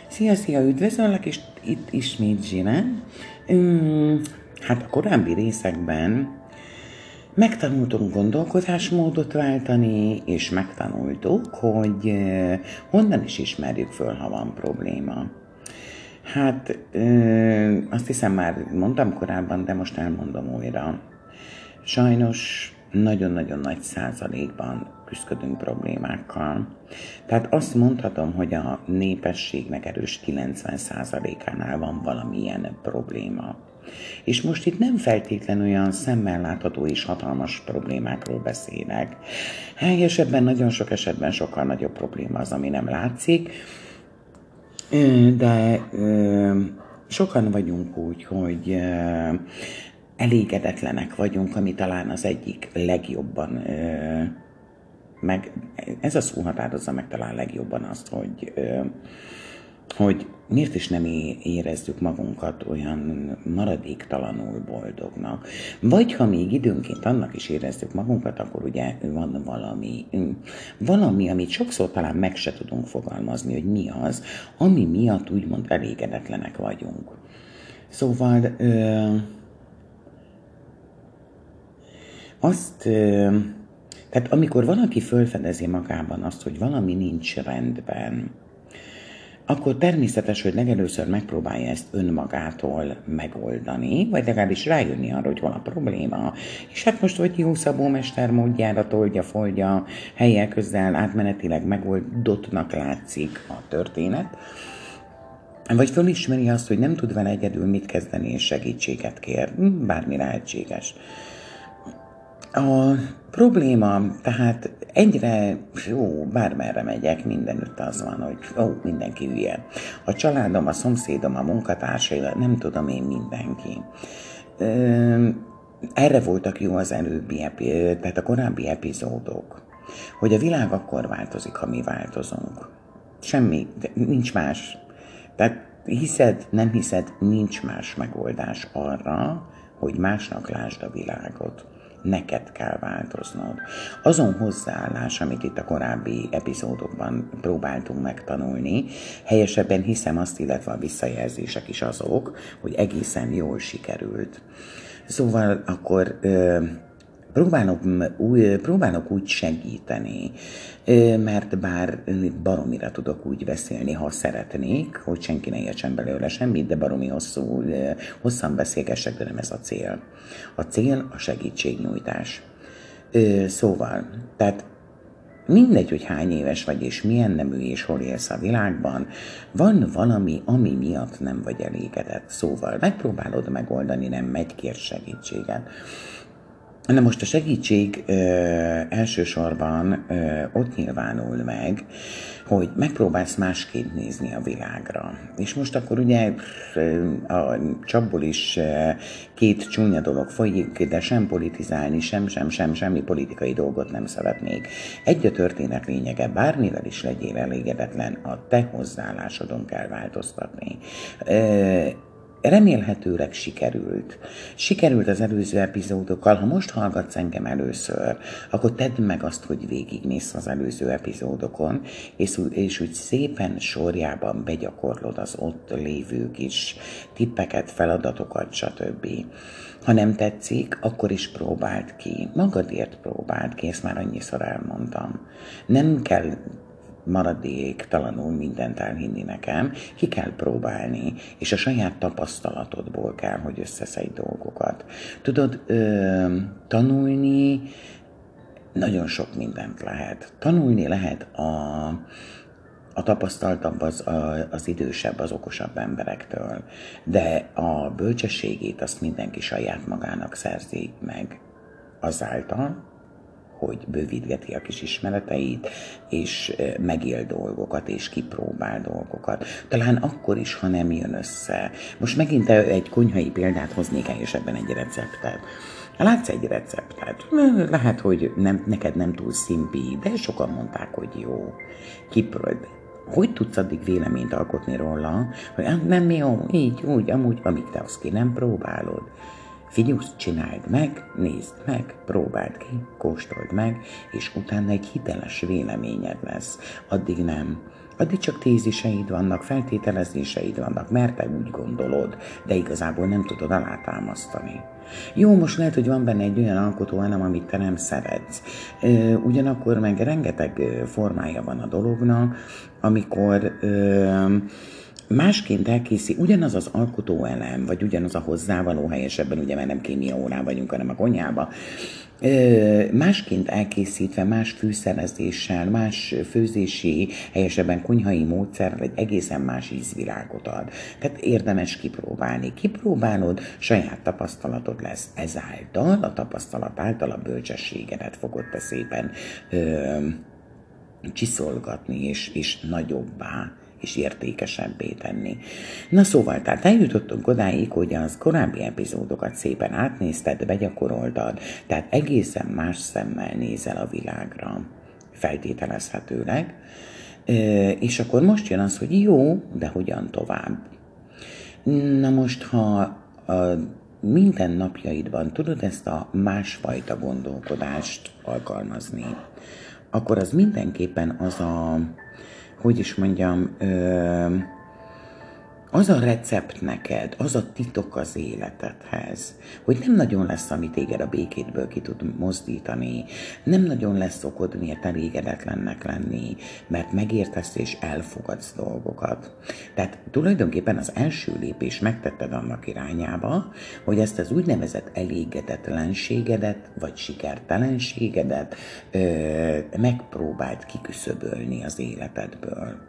Szia, üdvözöllek, és itt ismét Zsine. Hát a korábbi részekben megtanultunk gondolkodásmódot váltani, és megtanultuk, hogy honnan is ismerjük föl, ha van probléma. Hát azt hiszem már mondtam korábban, de most elmondom újra. Sajnos nagyon-nagyon nagy százalékban küzdködünk problémákkal. Tehát azt mondhatom, hogy a népességnek erős 90%-ánál van valamilyen probléma. És most itt nem feltétlenül olyan szemmel látható és hatalmas problémákról beszélek. Helyesebben, nagyon sok esetben sokkal nagyobb probléma az, ami nem látszik, de sokan vagyunk úgy, hogy elégedetlenek vagyunk, ami talán az egyik legjobban, ez a szó határozza meg talán legjobban azt, hogy miért is nem érezzük magunkat olyan maradéktalanul boldognak. Vagy ha még időnként annak is érezzük magunkat, akkor ugye van valami, amit sokszor talán meg se tudunk fogalmazni, hogy mi az, ami miatt úgymond elégedetlenek vagyunk. Szóval tehát amikor valaki fölfedezi magában azt, hogy valami nincs rendben, akkor természetes, hogy legelőször megpróbálja ezt önmagától megoldani, vagy legalábbis rájönni arra, hogy hol a probléma. És hát most vagy jó szabómester módjára foldja, helyek közel átmenetileg megoldottnak látszik a történet, vagy fölismeri azt, hogy nem tud vele egyedül mit kezdeni, és segítséget kér, bármi lehetséges. A probléma, tehát egyre, bármerre megyek, mindenütt az van, hogy mindenki hülye. A családom, a szomszédom, a munkatársai, nem tudom én, mindenki. Erre voltak jó az tehát a korábbi epizódok, hogy a világ akkor változik, ha mi változunk. Semmi, nincs más. Tehát hiszed, nem hiszed, nincs más megoldás arra, hogy másnak lásd a világot. Neked kell változnod. Azon hozzáállás, amit itt a korábbi epizódokban próbáltunk megtanulni, helyesebben hiszem azt, illetve a visszajelzések is azok, hogy egészen jól sikerült. Szóval akkor próbálok úgy segíteni, mert bár baromira tudok úgy beszélni, ha szeretnék, hogy senki ne értsen belőle semmit, de baromi hosszan beszélgessek, de nem ez a cél. A cél a segítségnyújtás. Szóval, tehát mindegy, hogy hány éves vagy, és milyen nemű, és hol élsz a világban, van valami, ami miatt nem vagy elégedett. Szóval megpróbálod megoldani, nem megy, kér segítséget. Na most a segítség elsősorban ott nyilvánul meg, hogy megpróbálsz másképp nézni a világra. És most akkor ugye a csapból is két csúnya dolog folyik, de sem politizálni, semmi politikai dolgot nem szeretnék. Egy a történet lényege, bármivel is legyél elégedetlen, a te hozzáállásodon kell változtatni. Remélhetőleg sikerült. Sikerült az előző epizódokkal. Ha most hallgatsz engem először, akkor tedd meg azt, hogy végigmész az előző epizódokon, és úgy szépen sorjában begyakorlod az ott lévő kis tippeket, feladatokat, stb. Ha nem tetszik, akkor is próbáld ki. Magadért próbáld ki, ezt már annyiszor elmondtam. Nem kell maradéktalanul mindent elhinni nekem, ki kell próbálni, és a saját tapasztalatodból kell, hogy összeszedj dolgokat. Tudod, tanulni nagyon sok mindent lehet. Tanulni lehet a tapasztaltabb, az idősebb, az okosabb emberektől, de a bölcsességét azt mindenki saját magának szerzi meg azáltal, hogy bővítgeti a kis ismereteit, és megél dolgokat, és kipróbál dolgokat. Talán akkor is, ha nem jön össze. Most megint egy konyhai példát hoznék, helyesebben egy receptet. Látsz egy receptet, lehet, hogy neked nem túl szimpi, de sokan mondták, hogy jó. Kipróbáld. Hogy tudsz addig véleményt alkotni róla, hogy nem jó, így, úgy, amúgy, amíg te azt ki nem próbálod. Figyelsz, csináld meg, nézd meg, próbáld ki, kóstold meg, és utána egy hiteles véleményed lesz. Addig nem. Addig csak téziseid vannak, feltételezéseid vannak, mert te úgy gondolod, de igazából nem tudod alátámasztani. Jó, most lehet, hogy van benne egy olyan alkotóelem, amit te nem szeretsz. Ugyanakkor meg rengeteg formája van a dolognak, amikor másként elkészít, ugyanaz az alkotóelem, vagy ugyanaz a hozzávaló, helyesebben, ugye már nem kémia órán vagyunk, hanem a konyhába, másként elkészítve, más fűszerezéssel, más főzési, helyesebben konyhai módszerrel egy egészen más ízvilágot ad. Tehát érdemes kipróbálni. Kipróbálod, saját tapasztalatod lesz ezáltal, a tapasztalat által a bölcsességedet fogod te szépen csiszolgatni, és nagyobbá és értékesebbé tenni. Na szóval, tehát eljutottunk odáig, hogy az korábbi epizódokat szépen átnézted, begyakoroltad, tehát egészen más szemmel nézel a világra, feltételezhetőleg, és akkor most jön az, hogy jó, de hogyan tovább? Na most, ha a minden napjaidban tudod ezt a másfajta gondolkodást alkalmazni, akkor az mindenképpen az a, hogy is mondjam, az a recept neked, az a titok az életedhez, hogy nem nagyon lesz, ami téged a békétből ki tud mozdítani, nem nagyon lesz okod miért elégedetlennek lenni, mert megértesz és elfogadsz dolgokat. Tehát tulajdonképpen az első lépés megtetted annak irányába, hogy ezt az úgynevezett elégedetlenségedet, vagy sikertelenségedet megpróbáld kiküszöbölni az életedből.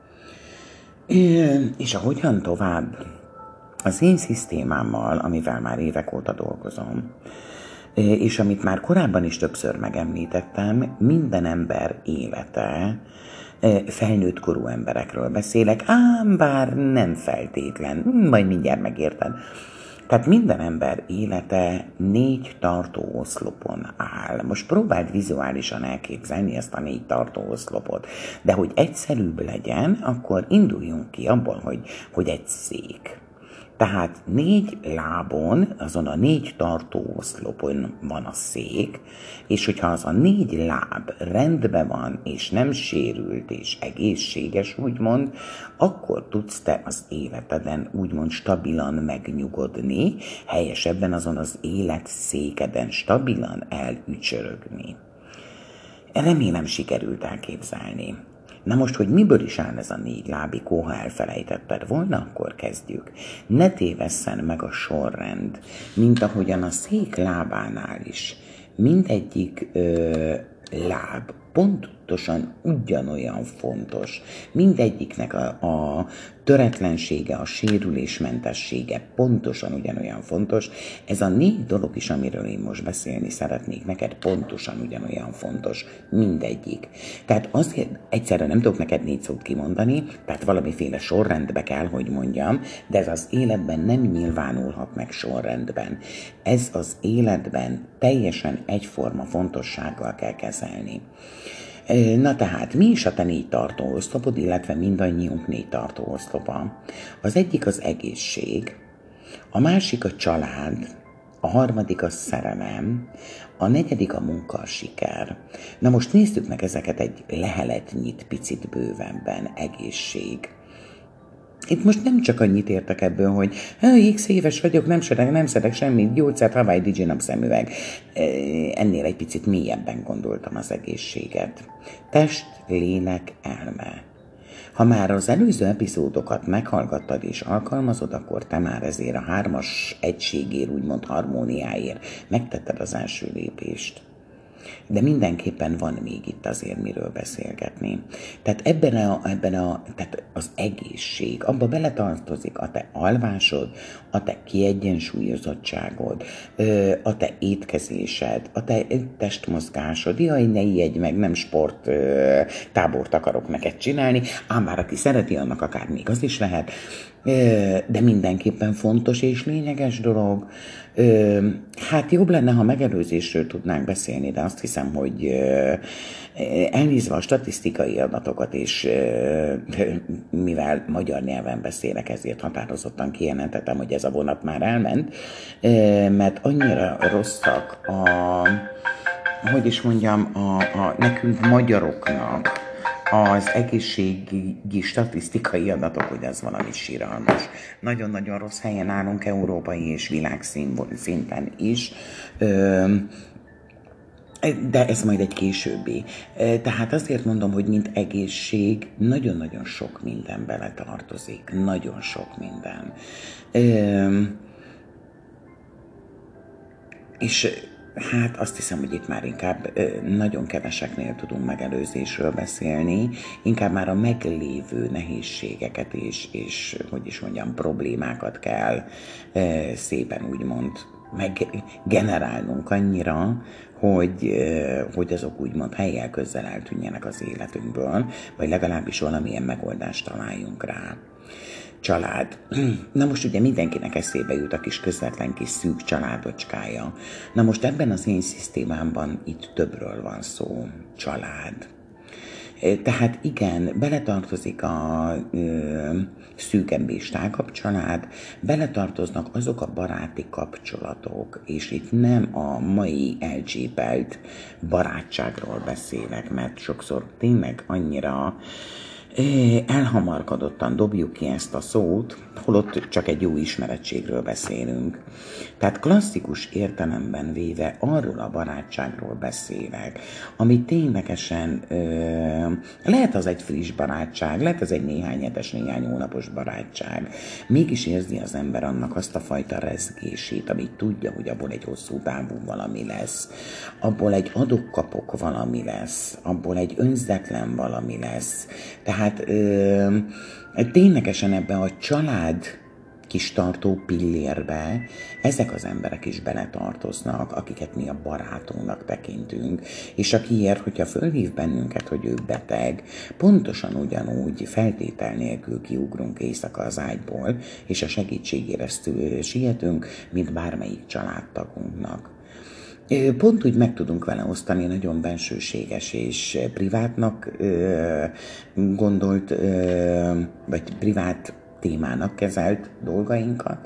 És ahogyan tovább, az én szisztémámmal, amivel már évek óta dolgozom, és amit már korábban is többször megemlítettem, minden ember élete, felnőtt korú emberekről beszélek, ám bár nem feltétlen, majd mindjárt megérted. Tehát minden ember élete 4 tartó oszlopon áll. Most próbáld vizuálisan elképzelni ezt a 4 tartó oszlopot, de hogy egyszerűbb legyen, akkor induljunk ki abból, hogy egy szék. Tehát 4 lábon, azon a 4 tartó oszlopon van a szék, és hogyha az a 4 láb rendben van, és nem sérült, és egészséges, úgymond, akkor tudsz te az életeden úgymond stabilan megnyugodni, helyesebben azon az életszékeden stabilan elücsörögni. Remélem sikerült elképzelni. Na most, hogy miből is áll ez a 4 lábikó, ha elfelejtetted volna, akkor kezdjük. Ne tévesszen meg a sorrend, mint ahogyan a szék lábánál is. Mindegyik láb pontosan ugyanolyan fontos. Mindegyiknek a töretlensége, a sérülésmentessége pontosan ugyanolyan fontos. Ez a 4 dolog is, amiről én most beszélni szeretnék neked, pontosan ugyanolyan fontos. Mindegyik. Tehát azért egyszerűen nem tudok neked 4 szót kimondani, tehát valamiféle sorrendbe kell, hogy mondjam, de ez az életben nem nyilvánulhat meg sorrendben. Ez az életben teljesen egyforma fontossággal kell kezelni. Na tehát, mi is a te 4 tartó oszlopod, illetve mindannyiunk 4 tartó oszlopa? Az egyik az egészség, a másik a család, a harmadik a szerelem, a negyedik a munka, a siker. Na most nézzük meg ezeket egy leheletnyit picit bővebben. Egészség. Itt most nem csak annyit értek ebből, hogy x éves vagyok, nem szedek semmit, gyógyszert, Hawaii DJ napszemüveg. Ennél egy picit mélyebben gondoltam az egészséget. Test, lélek, elme. Ha már az előző epizódokat meghallgattad és alkalmazod, akkor te már ezért a 3-as egységért, úgymond harmóniáért megtetted az első lépést. De mindenképpen van még itt azért miről beszélgetni. Tehát tehát az egészség, abba beletartozik a te alvásod, a te kiegyensúlyozottságod, a te étkezésed, a te testmozgásod. Jaj, ne ijedj meg, nem sport tábort akarok neked csinálni, ám bár aki szereti, annak akár még az is lehet, de mindenképpen fontos és lényeges dolog. Hát jobb lenne, ha megelőzésről tudnánk beszélni, de azt hiszem, hogy elnézve a statisztikai adatokat, és mivel magyar nyelven beszélek, ezért határozottan kijelentettem, hogy ez a vonat már elment, mert annyira rosszak nekünk magyaroknak az egészségi statisztikai adatok, hogy ez valami siralmas. Nagyon-nagyon rossz helyen állunk európai és világszinten is. De ez majd egy későbbi. Tehát azért mondom, hogy mint egészség nagyon-nagyon sok minden bele tartozik. Nagyon sok minden. És hát azt hiszem, hogy itt már inkább nagyon keveseknél tudunk megelőzésről beszélni, inkább már a meglévő nehézségeket és hogy is mondjam, problémákat kell szépen úgymond meggenerálnunk annyira, hogy azok úgymond helyjel közel eltűnjenek az életünkből, vagy legalábbis valamilyen megoldást találjunk rá. Család. Na most ugye mindenkinek eszébe jut a kis közvetlen kis szűk családocskája. Na most ebben az én szisztémámban itt többről van szó. Család. Tehát igen, beletartozik a szűkebb és tágabb család, beletartoznak azok a baráti kapcsolatok, és itt nem a mai elcsépelt barátságról beszélek, mert sokszor tényleg annyira elhamarkodottan dobjuk ki ezt a szót, holott csak egy jó ismerettségről beszélünk. Tehát klasszikus értelemben véve arról a barátságról beszélek, ami ténylegesen lehet az egy friss barátság, lehet az egy néhány hetes, néhány hónapos barátság. Mégis érzi az ember annak azt a fajta rezgését, amit tudja, hogy abból egy hosszú távú valami lesz, abból egy adok-kapok valami lesz, abból egy önzetlen valami lesz. Tehát ténylegesen ebbe a család kis tartó pillérbe ezek az emberek is beletartoznak, akiket mi a barátunknak tekintünk, és akiért, hogyha fölhív bennünket, hogy ő beteg, pontosan ugyanúgy feltétel nélkül kiugrunk éjszaka az ágyból, és a segítségére sietünk, mint bármelyik családtagunknak. Pont úgy meg tudunk vele osztani nagyon bensőséges és privátnak gondolt, vagy privát témának kezelt dolgainkat.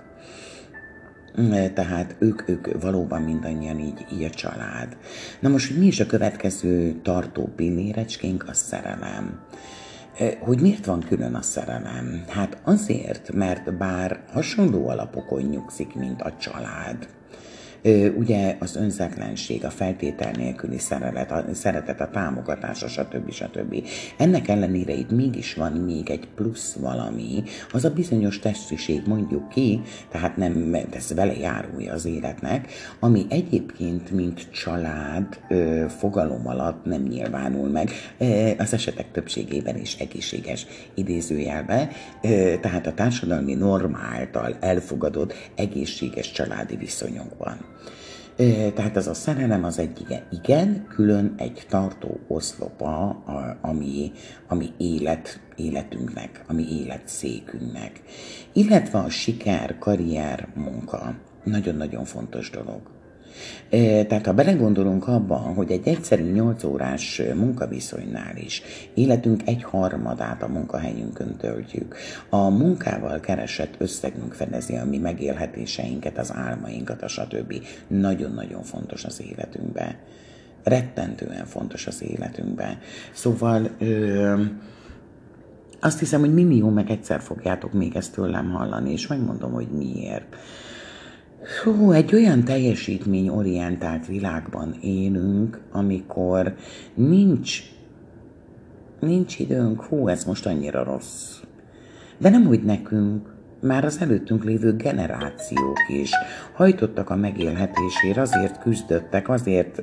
Tehát ők valóban mindannyian így a család. Na most, mi is a következő tartó pillérecskénk? A szerelem. Hogy miért van külön a szerelem? Hát azért, mert bár hasonló alapokon nyugszik, mint a család, ugye az önzetlenség, a feltétel nélküli szeretet, a támogatása, stb. Ennek ellenére itt mégis van még egy plusz valami, az a bizonyos testiség, mondjuk ki, tehát nem, ez vele járója az életnek, ami egyébként, mint család fogalom alatt nem nyilvánul meg, az esetek többségében is egészséges idézőjelbe, tehát a társadalmi norma által elfogadott egészséges családi viszonyokban. Tehát az a szerelem az egy igen, külön egy tartó oszlopa, ami életünknek, ami életszékünknek. Illetve a siker, karrier, munka. Nagyon-nagyon fontos dolog. Tehát ha belegondolunk abba, hogy egy egyszerű 8 órás munkaviszonynál is életünk 1/3 a munkahelyünkön töltjük, a munkával keresett összegünk fedezi a mi megélhetéseinket, az álmainkat, a stb. Nagyon-nagyon fontos az életünkben. Rettentően fontos az életünkben. Szóval azt hiszem, hogy millió meg egyszer fogjátok még ezt tőlem hallani, és megmondom, hogy miért. Egy olyan teljesítményorientált világban élünk, amikor nincs időnk, ez most annyira rossz. De nem úgy nekünk, már az előttünk lévő generációk is hajtottak a megélhetésért, azért küzdöttek, azért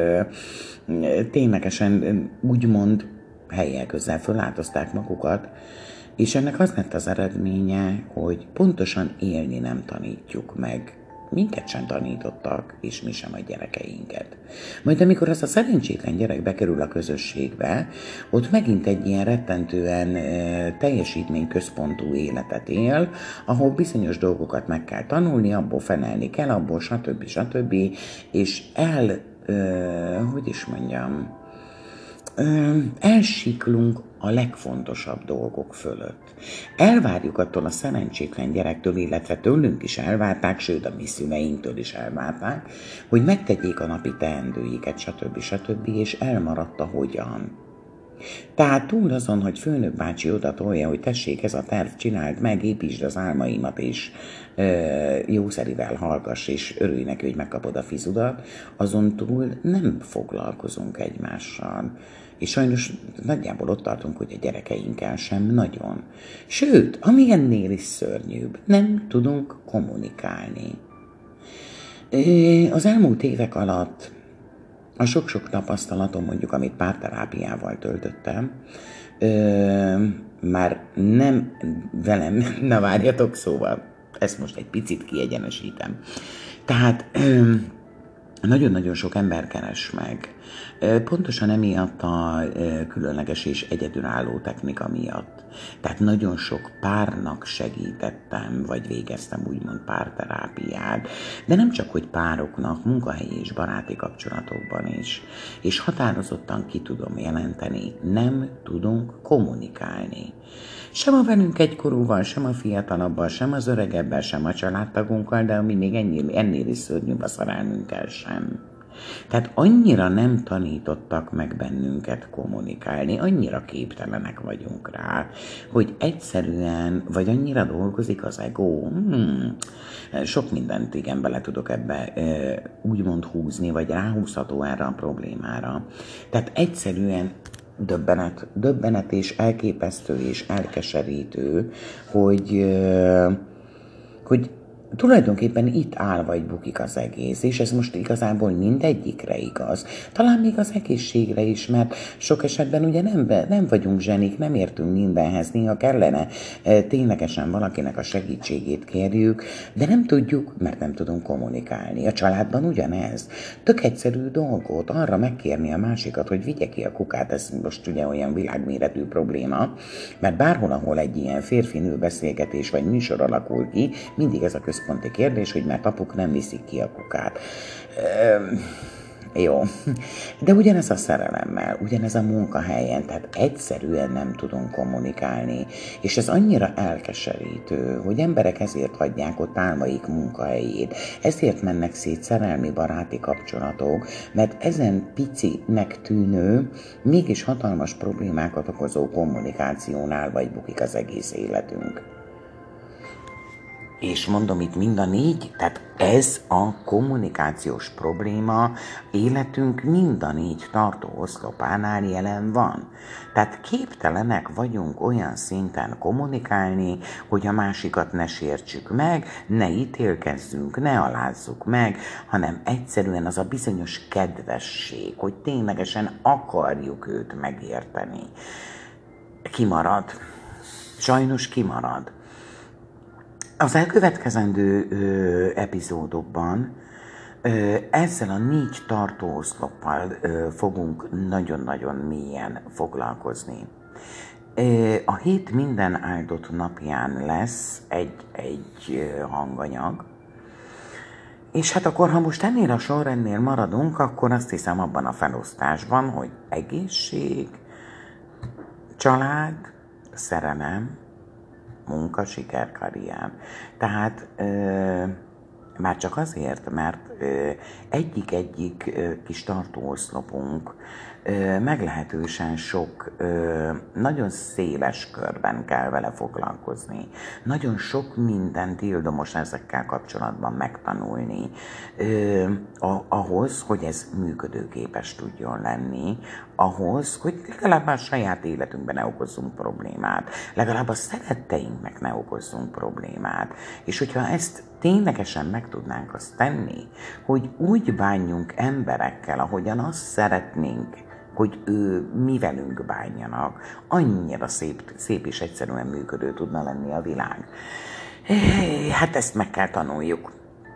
ténylegesen úgymond helyjel közel föláldozták magukat, és ennek az lett az eredménye, hogy pontosan élni nem tanítjuk meg. Minket sem tanítottak, és mi sem a gyerekeinket. Majd amikor az a szerencsétlen gyerek bekerül a közösségbe, ott megint egy ilyen rettentően teljesítményközpontú életet él, ahol bizonyos dolgokat meg kell tanulni, abból felelni kell, abból stb. És hogy is mondjam, elsiklunk a legfontosabb dolgok fölött. Elvárjuk attól a szerencsétlen gyerektől, illetve tőlünk is elvárták, sőt a mi szüleinktől is elvárták, hogy megtegyék a napi teendőiket, stb. És elmaradt a hogyan. Tehát túl azon, hogy főnök bácsi oda tolja, hogy tessék, ez a terv, csináld meg, építsd az álmaimat, és jószerivel hallgass, és örülj neki, hogy megkapod a fizudat, azon túl nem foglalkozunk egymással. És sajnos nagyjából ott tartunk, hogy a gyerekeinkkel sem nagyon. Sőt, ami ennél is szörnyűbb, nem tudunk kommunikálni. Az elmúlt évek alatt a sok-sok tapasztalatom, mondjuk, amit párterápiával töltöttem, már nem velem, na várjatok, szóval, ezt most egy picit kiegyenesítem. Tehát nagyon-nagyon sok ember keres meg. Pontosan emiatt a különleges és egyedülálló technika miatt. Tehát nagyon sok párnak segítettem, vagy végeztem úgymond párterápiát, de nem csak, hogy pároknak, munkahelyi és baráti kapcsolatokban is. És határozottan ki tudom jelenteni, nem tudunk kommunikálni. Sem a velünk egykorúval, sem a fiatalabbal, sem az öregebbel, sem a családtagunkkal, de ami még ennél is szörnyűbb, a szerelmünkkel sem. Tehát annyira nem tanítottak meg bennünket kommunikálni, annyira képtelenek vagyunk rá, hogy egyszerűen, vagy annyira dolgozik az ego, sok mindent igen bele tudok ebbe úgymond húzni, vagy ráhúzható erre a problémára. Tehát egyszerűen döbbenet és elképesztő és elkeserítő, hogy tulajdonképpen itt áll vagy bukik az egész, és ez most igazából mindegyikre igaz. Talán még az egészségre is, mert sok esetben ugye nem vagyunk zsenik, nem értünk mindenhez, néha kellene ténylegesen valakinek a segítségét kérjük, de nem tudjuk, mert nem tudunk kommunikálni. A családban ugyanez. Tök egyszerű dolgot arra megkérni a másikat, hogy vigye ki a kukát, ez most ugye olyan világméretű probléma, mert bárhol, ahol egy ilyen férfi-nő beszélgetés vagy műsor alakul ki, mindig ez a központi kérdés, hogy mert apuk nem viszik ki a kukát. Jó. De ugyanez a szerelemmel, ugyanez a munkahelyen, tehát egyszerűen nem tudunk kommunikálni, és ez annyira elkeserítő, hogy emberek ezért hagyják ott álmaik munkahelyét, ezért mennek szét szerelmi baráti kapcsolatok, mert ezen picinek tűnő, mégis hatalmas problémákat okozó kommunikációnál vagy bukik az egész életünk. És mondom itt mind a négy, tehát ez a kommunikációs probléma életünk mind a négy tartó oszlopánál jelen van. Tehát képtelenek vagyunk olyan szinten kommunikálni, hogy a másikat ne sértsük meg, ne ítélkezzünk, ne alázzuk meg, hanem egyszerűen az a bizonyos kedvesség, hogy ténylegesen akarjuk őt megérteni. Kimarad. Sajnos kimarad. Az elkövetkezendő epizódokban ezzel a 4 tartóoszloppal fogunk nagyon-nagyon mélyen foglalkozni. A hét minden áldott napján lesz egy hanganyag, és hát akkor, ha most ennél a sorrendnél maradunk, akkor azt hiszem abban a felosztásban, hogy egészség, család, szerelem, munka, siker, karrier. Tehát már csak azért, mert egyik-egyik kis tartóoszlopunk meglehetősen sok, nagyon széles körben kell vele foglalkozni. Nagyon sok mindent ildomos ezekkel kapcsolatban megtanulni, ahhoz, hogy ez működőképes tudjon lenni, ahhoz, hogy legalább a saját életünkben ne okozzunk problémát, legalább a szeretteinknek ne okozzunk problémát. És hogyha ezt ténylegesen meg tudnánk azt tenni, hogy úgy bánjunk emberekkel, ahogyan azt szeretnénk, hogy mi velünk bánjanak, annyira szép és egyszerűen működő tudna lenni a világ. Hát ezt meg kell tanuljuk.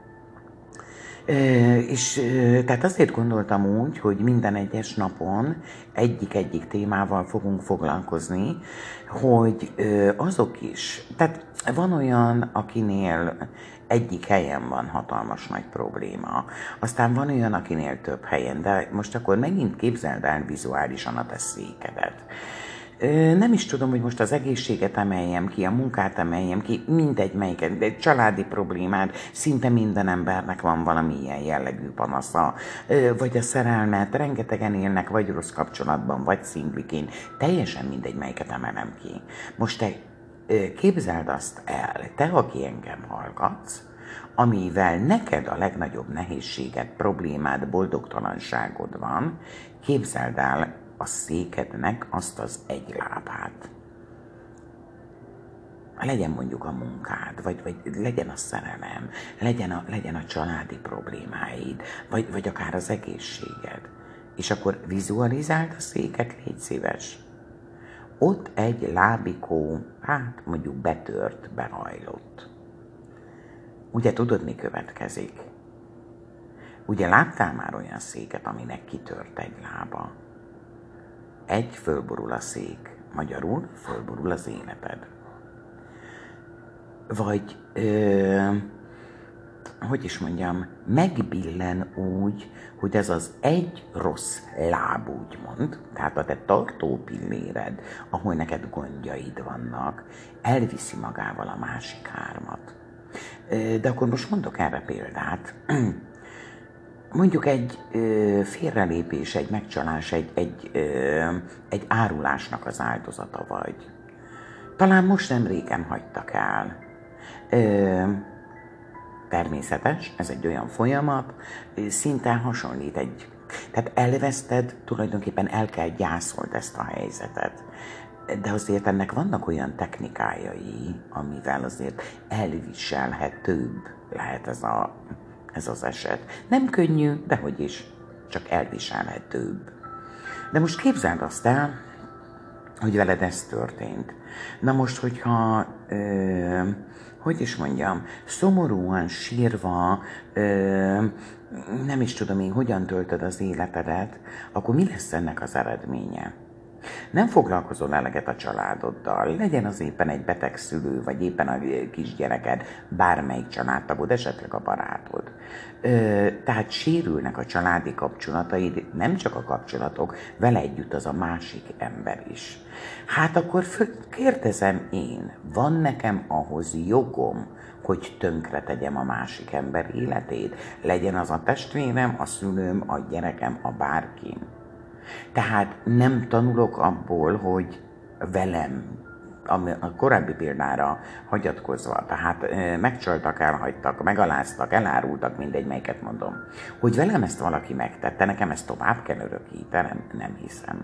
És tehát azért gondoltam úgy, hogy minden egyes napon egyik-egyik témával fogunk foglalkozni, hogy azok is, tehát van olyan, akinél egyik helyen van hatalmas nagy probléma, aztán van olyan, akinél több helyen, de most akkor megint képzeld el vizuálisan a te székedet. Nem is tudom, hogy most az egészséget emeljem ki, a munkát emeljem ki, mindegy melyiket, de egy családi problémád, szinte minden embernek van valami ilyen jellegű panasza, vagy a szerelmet, rengetegen élnek, vagy rossz kapcsolatban, vagy szingliként, teljesen mindegy melyiket emelem ki. Most te képzeld azt el, te, aki engem hallgatsz, amivel neked a legnagyobb nehézséged, problémád, boldogtalanságod van, képzeld el a székednek azt az egy lábát. Legyen mondjuk a munkád, vagy legyen a szerelem, legyen a családi problémáid, vagy akár az egészséged. És akkor vizualizáld a széket, légy szíves. Ott egy lábikó, hát mondjuk betört, behajlott. Ugye tudod, mi következik? Ugye láttál már olyan széket, aminek kitört egy lába? Fölborul a szék. Magyarul fölborul az életed. Vagy, hogy is mondjam, megbillen úgy, hogy ez az egy rossz láb, úgymond, tehát a te tartópilléred, ahol neked gondjaid vannak, elviszi magával a másik hármat. De akkor most mondok erre példát. Mondjuk egy félrelépés, egy megcsalás, egy árulásnak az áldozata vagy. Talán most nem régen hagytak el. Természetes, ez egy olyan folyamat, szinte hasonlít tehát elveszted, tulajdonképpen el kell gyászold ezt a helyzetet. De azért ennek vannak olyan technikájai, amivel azért elviselhetőbb lehet ez az eset. Nem könnyű, dehogy is, csak elviselhetőbb. De most képzeld azt el, hogy veled ez történt. Na most, hogyha, hogy is mondjam, szomorúan, sírva, nem is tudom én, hogyan töltöd az életedet, akkor mi lesz ennek az eredménye? Nem foglalkozol eleget a családoddal, legyen az éppen egy beteg szülő, vagy éppen a kisgyereked, bármelyik családtagod, esetleg a barátod. Tehát sérülnek a családi kapcsolataid, nem csak a kapcsolatok, vele együtt az a másik ember is. Hát akkor kérdezem én, van nekem ahhoz jogom, hogy tönkre tegyem a másik ember életét? Legyen az a testvérem, a szülőm, a gyerekem, a bárkim. Tehát nem tanulok abból, hogy velem, a korábbi példára hagyatkozva, tehát megcsaltak, elhagytak, megaláztak, elárultak, mindegy, melyiket mondom, hogy velem ezt valaki megtette, nekem ezt tovább kell örökítenem, nem hiszem.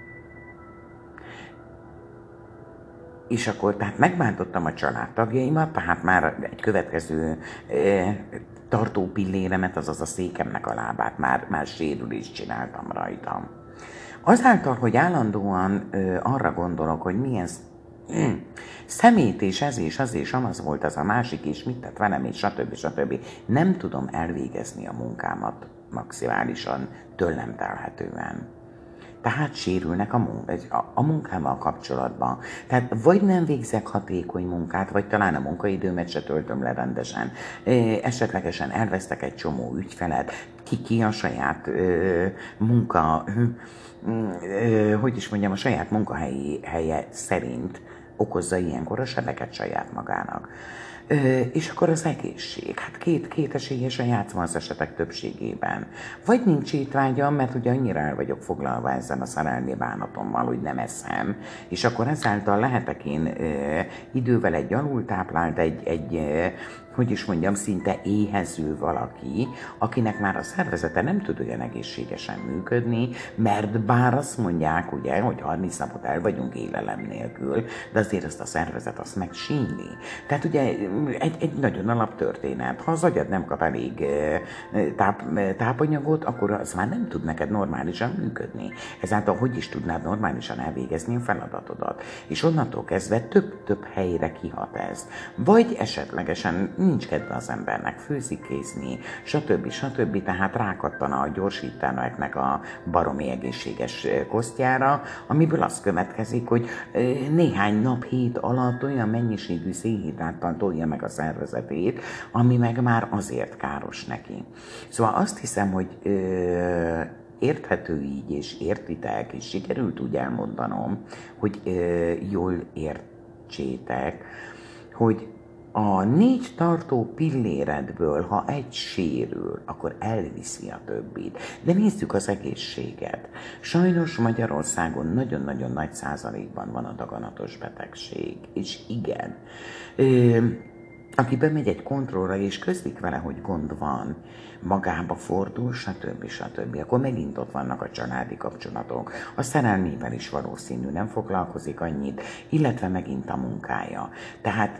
És akkor tehát megbántottam a családtagjaimat, tehát már egy következő tartópilléremet, azaz a székemnek a lábát már sérülést csináltam rajtam. Azáltal, hogy állandóan arra gondolok, hogy milyen szemét és ez és az és amaz volt az a másik, és mit tett velem, és stb. Nem tudom elvégezni a munkámat maximálisan, tőlem telhetően. Tehát sérülnek a munkámmal kapcsolatban. Tehát vagy nem végzek hatékony munkát, vagy talán a munkaidőmet se töltöm le rendesen. Esetlegesen elvesztek egy csomó ügyfelet, ki a saját a saját munkahelye szerint okozza ilyenkor a sebeket saját magának. És akkor az egészség. Hát két esélyesen játszom az esetek többségében. Vagy nincs étvágyam, mert ugye annyira el vagyok foglalva ezzel a szerelmi bánatommal, hogy nem eszem. És akkor ezáltal lehetek én idővel egy alultáplált, szinte éhező valaki, akinek már a szervezete nem tud olyan egészségesen működni, mert bár azt mondják, ugye, hogy 30 napot el vagyunk élelem nélkül, de azért azt a szervezet azt megsínli. Tehát ugye egy nagyon alaptörténet. Ha az agyad nem kap elég tápanyagot, akkor az már nem tud neked normálisan működni. Ezáltal hogy is tudnád normálisan elvégezni a feladatodat. És onnantól kezdve több helyre kihat ez. Vagy esetlegesen nincs kedve az embernek főzikézni, stb. Tehát rákattan a gyorsítanáknak a baromi egészséges kosztjára, amiből az következik, hogy néhány nap, hét alatt olyan mennyiségű szénhidráttal tolja meg a szervezetét, ami meg már azért káros neki. Szóval azt hiszem, hogy érthető így, és értitek, és sikerült úgy elmondanom, hogy jól értsétek, hogy a 4 tartó pilléredből, ha egy sérül, akkor elviszi a többit. De nézzük az egészséget. Sajnos Magyarországon nagyon-nagyon nagy százalékban van a daganatos betegség. És igen, aki bemegy egy kontrollra és közlik vele, hogy gond van, magába fordul, stb. Akkor megint ott vannak a családi kapcsolatok. A szerelmével is valószínű nem foglalkozik annyit, illetve megint a munkája. Tehát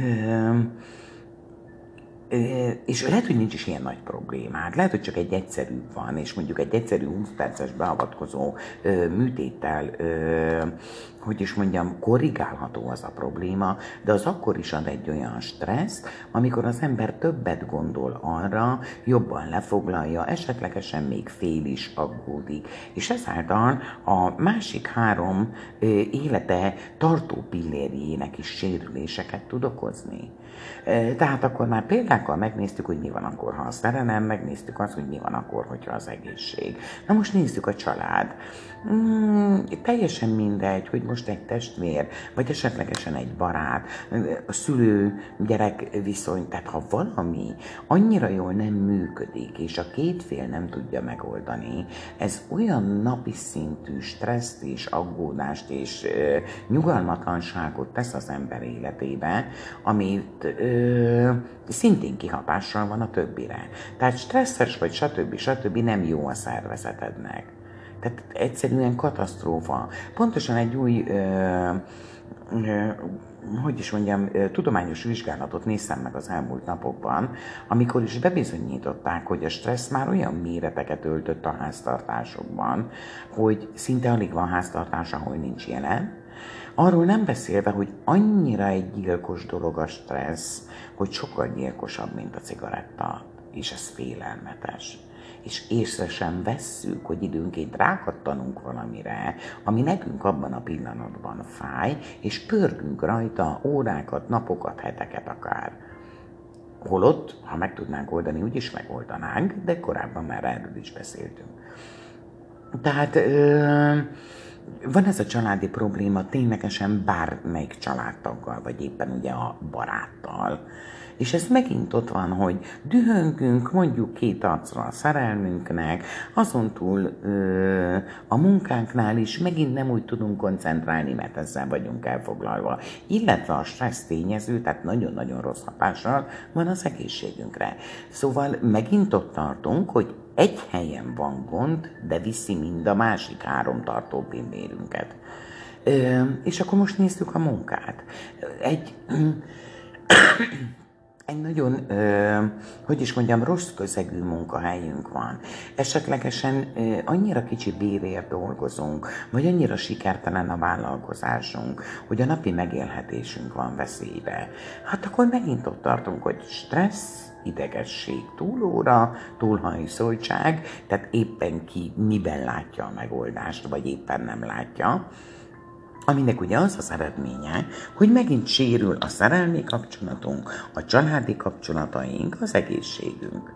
és lehet, hogy nincs is ilyen nagy problémád. Lehet, hogy csak egy egyszerű van, és mondjuk egy egyszerű 20 perces beavatkozó műtéttel, hogy is mondjam, korrigálható az a probléma, de az akkor is ad egy olyan stresszt, amikor az ember többet gondol arra, jobban lefoglalja, esetlegesen még fél is aggódik, és ezáltal a másik 3 élete tartó pillérjének is sérüléseket tud okozni. Tehát akkor már példákkal megnéztük, hogy mi van akkor, ha a szerelem, megnéztük azt, hogy mi van akkor, hogyha az egészség. Na most nézzük a család. Teljesen mindegy, hogy most egy testvér, vagy esetlegesen egy barát, a szülő-gyerek viszony, tehát ha valami annyira jól nem működik, és a két fél nem tudja megoldani, ez olyan napi szintű stresszt és aggódást és nyugalmatlanságot tesz az ember életébe, amit szintén kihatással van a többire. Tehát stresszes vagy stb. Nem jó a szervezetednek. Tehát egyszerűen katasztrófa. Pontosan egy új, hogy is mondjam, tudományos vizsgálatot néztem meg az elmúlt napokban, amikor is bebizonyították, hogy a stressz már olyan méreteket öltött a háztartásokban, hogy szinte alig van háztartás, ahol nincs jelen. Arról nem beszélve, hogy annyira egy gyilkos dolog a stressz, hogy sokkal gyilkosabb, mint a cigaretta, és ez félelmetes. És észre sem vesszük, hogy időnként rákattanunk valamire, ami nekünk abban a pillanatban fáj, és pörgünk rajta órákat, napokat, heteket akár. Holott, ha meg tudnánk oldani, úgyis megoldanánk, de korábban már erről is beszéltünk. Tehát van ez a családi probléma ténylegesen bármelyik családtaggal, vagy éppen ugye a baráttal. És ez megint ott van, hogy dühöngünk, mondjuk 2 arcra a szerelmünknek, azon túl a munkánknál is megint nem úgy tudunk koncentrálni, mert ezzel vagyunk elfoglalva. Illetve a stressz tényező, tehát nagyon-nagyon rossz hatással van az egészségünkre. Szóval megint ott tartunk, hogy egy helyen van gond, de viszi mind a másik 3 tartó pillérünket. És akkor most nézzük a munkát. Egy nagyon, hogy is mondjam, rossz közegű munkahelyünk van. Esetlegesen annyira kicsi bérért dolgozunk, vagy annyira sikertelen a vállalkozásunk, hogy a napi megélhetésünk van veszélybe. Hát akkor megint ott tartunk, hogy stressz, idegesség, túlóra, túlhajszoltság, tehát éppen ki miben látja a megoldást, vagy éppen nem látja. Aminek ugye az az eredménye, hogy megint sérül a szerelmi kapcsolatunk, a családi kapcsolataink, az egészségünk.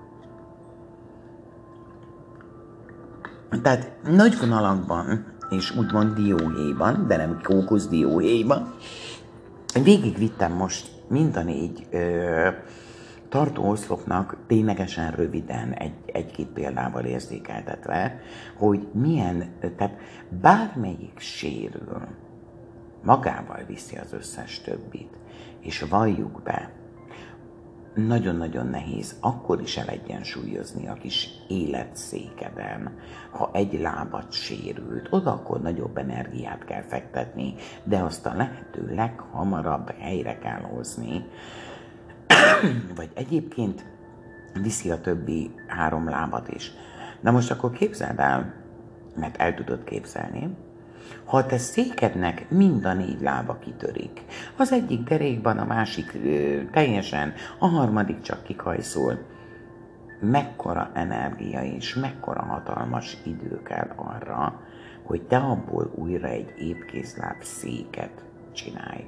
Tehát nagy vonalakban, és úgymond dióhéjban, de nem kókusz dióhéjban, végigvittem most mind a 4 tartó oszlopnak ténylegesen röviden, egy-két példával érzékeltetve, hogy milyen, tehát bármelyik sérül, magával viszi az összes többit, és valljuk be, nagyon-nagyon nehéz akkor is elegyensúlyozni a kis életszékeden, ha egy lábad sérült, oda akkor nagyobb energiát kell fektetni, de azt a lehető leghamarabb helyre kell hozni, vagy egyébként viszi a többi 3 lábat is. Na most akkor képzeld el, mert el tudod képzelni, ha a te székednek mind a 4 lába kitörik, az egyik derékban, a másik teljesen, a harmadik csak kikajszol, mekkora energia és mekkora hatalmas idő kell arra, hogy te abból újra egy épkézláb széket csinálj.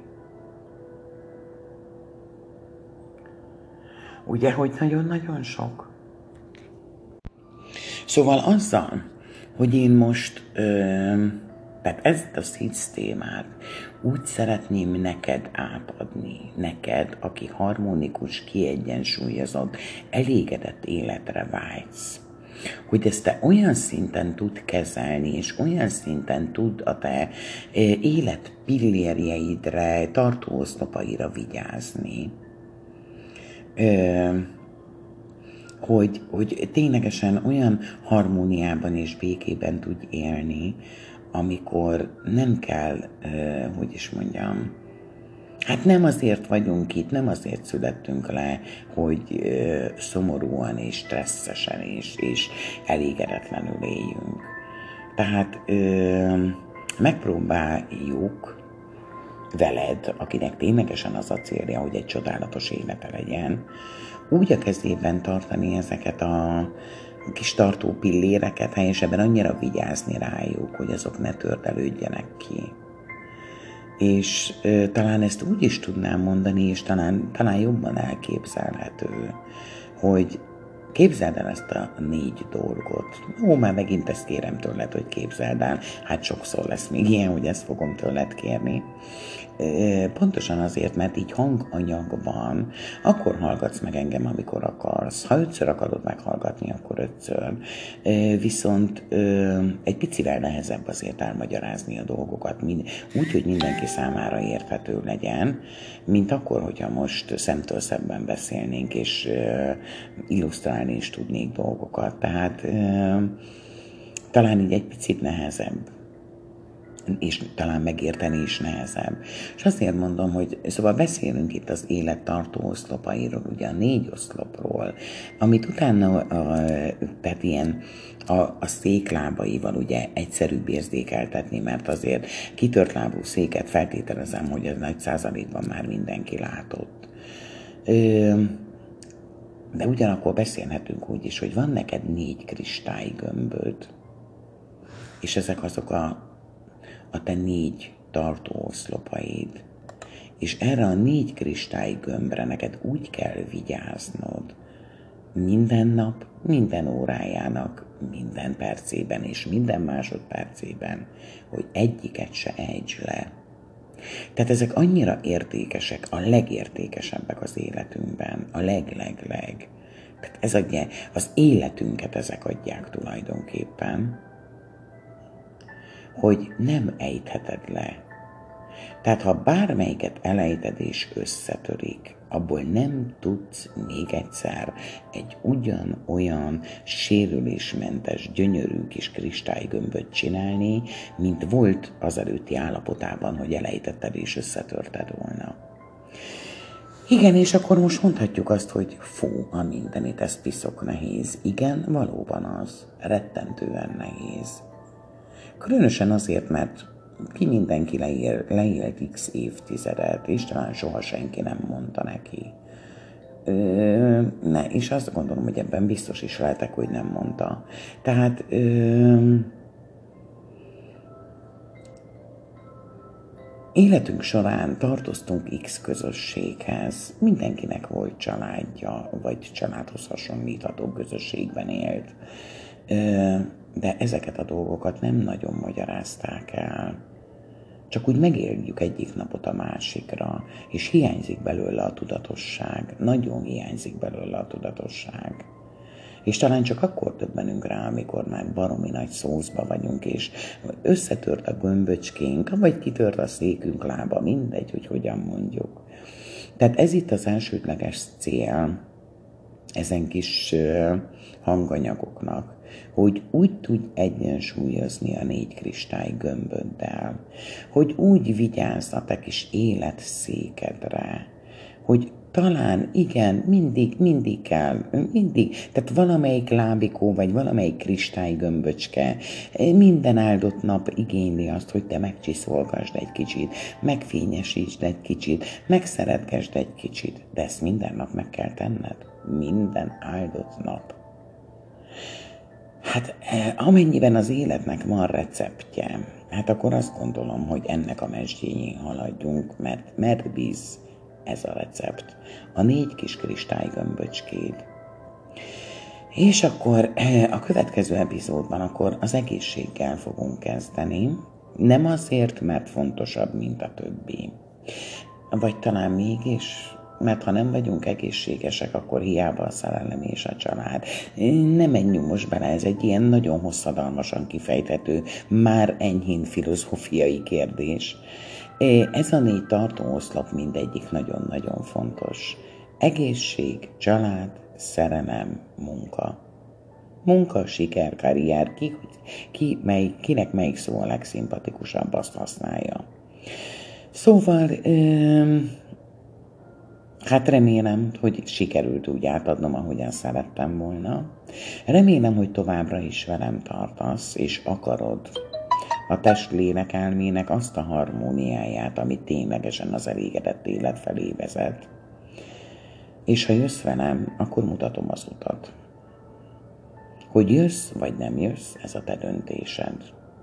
Ugye, hogy nagyon-nagyon sok? Szóval azzal, hogy én most, tehát ezt a szisztémát úgy szeretném neked átadni, neked, aki harmonikus, kiegyensúlyozott, elégedett életre vágysz, hogy ezt te olyan szinten tud kezelni, és olyan szinten tud a te élet pillérjeidre, tartóoszlopaira vigyázni, hogy ténylegesen olyan harmóniában és békében tudj élni, amikor nem kell, hogy is mondjam, hát nem azért vagyunk itt, nem azért születtünk le, hogy szomorúan és stresszesen és elégedetlenül éljünk. Tehát megpróbáljuk veled, akinek ténylegesen az a célja, hogy egy csodálatos élete legyen, úgy a kezében tartani ezeket a kis tartó pilléreket, helyesebben annyira vigyázni rájuk, hogy azok ne tördelődjenek ki. És talán ezt úgy is tudnám mondani, és talán jobban elképzelhető, hogy képzeld el ezt a 4 dolgot. Ó, már megint ezt kérem tőled, hogy képzeld el. Hát sokszor lesz még ilyen, hogy ezt fogom tőled kérni. Pontosan azért, mert így hanganyag van, akkor hallgatsz meg engem, amikor akarsz. Ha 5-ször akarod meghallgatni, akkor 5-ször. Viszont egy picivel nehezebb azért elmagyarázni a dolgokat, úgy, hogy mindenki számára érthető legyen, mint akkor, hogyha most szemtől szemben beszélnénk, és illusztrálni is tudnék dolgokat. Tehát talán így egy picit nehezebb, és talán megérteni is nehezebb. És azért mondom, hogy szóval beszélünk itt az élet tartó oszlopairól, ugye a 4 oszlopról, amit utána, tehát ilyen a széklábaival ugye egyszerűbb érzékeltetni, mert azért kitört lábú széket feltételezem, hogy ez nagy százalékban már mindenki látott. De ugyanakkor beszélhetünk úgy is, hogy van neked 4 kristálygömböd, és ezek azok a te 4 tartó oszlopaid. És erre a 4 kristálygömbre neked úgy kell vigyáznod, minden nap, minden órájának, minden percében és minden másodpercében, hogy egyiket se ejtsd le. Tehát ezek annyira értékesek, a legértékesebbek az életünkben, a leg. Tehát ez adja, az életünket ezek adják tulajdonképpen, hogy nem ejtheted le. Tehát ha bármelyiket elejted és összetörik, abból nem tudsz még egyszer egy ugyanolyan sérülésmentes, gyönyörű kis kristálygömböt csinálni, mint volt az előtti állapotában, hogy elejtetted és összetörted volna. Igen, és akkor most mondhatjuk azt, hogy fú, a mindenit, ez piszok nehéz. Igen, valóban az. Rettentően nehéz. Különösen azért, mert ki mindenki leélt x évtizedet, és talán soha senki nem mondta neki. És azt gondolom, hogy ebben biztos is lehetek, hogy nem mondta. Tehát életünk során tartoztunk X közösséghez. Mindenkinek volt családja, vagy családhoz hasonlítható közösségben élt. De ezeket a dolgokat nem nagyon magyarázták el. Csak úgy megéljük egyik napot a másikra, és hiányzik belőle a tudatosság. Nagyon hiányzik belőle a tudatosság. És talán csak akkor döbbenünk rá, amikor már baromi nagy szószba vagyunk, és összetört a gömböcskénk, vagy kitört a székünk lába, mindegy, hogy hogyan mondjuk. Tehát ez itt az elsődleges cél ezen kis hanganyagoknak, hogy úgy tudj egyensúlyozni a 4 kristály gömböddel, hogy úgy vigyázz a te kis életszékedre, hogy talán igen, mindig kell, tehát valamelyik lábikó, vagy valamelyik kristálygömböcske minden áldott nap igényli azt, hogy te megcsiszolgasd egy kicsit, megfényesítsd egy kicsit, megszeretgesd egy kicsit, de ezt minden nap meg kell tenned, minden áldott nap. Hát amennyiben az életnek van receptje, hát akkor azt gondolom, hogy ennek a mesdjéjén haladjunk, mert bíz ez a recept. A 4 kis kristálygömböcskéd. És akkor a következő epizódban akkor az egészséggel fogunk kezdeni. Nem azért, mert fontosabb, mint a többi. Vagy talán mégis, mert ha nem vagyunk egészségesek, akkor hiába a szerelem és a család. Nem menjünk most bele, ez egy ilyen nagyon hosszadalmasan kifejthető, már enyhén filozófiai kérdés. Ez a 4 tartóoszlop mindegyik nagyon-nagyon fontos. Egészség, család, szerelem, munka. Munka, siker, karrier, kinek melyik szó a legszimpatikusabb, azt használja. Szóval, hát remélem, hogy sikerült úgy átadnom, ahogyan szerettem volna. Remélem, hogy továbbra is velem tartasz, és akarod a test-lélek elmének azt a harmóniáját, ami ténylegesen az elégedett élet felé vezet. És ha jössz velem, akkor mutatom az utat. Hogy jössz, vagy nem jössz, ez a te döntésed.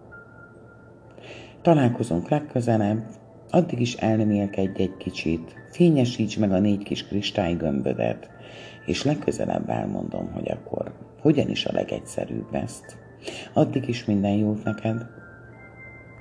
Találkozunk legközelebb, addig is elmélkedj egy kicsit, fényesíts meg a 4 kis kristálygömbödet, és legközelebb elmondom, hogy akkor hogyan is a legegyszerűbb ezt. Addig is minden jót neked,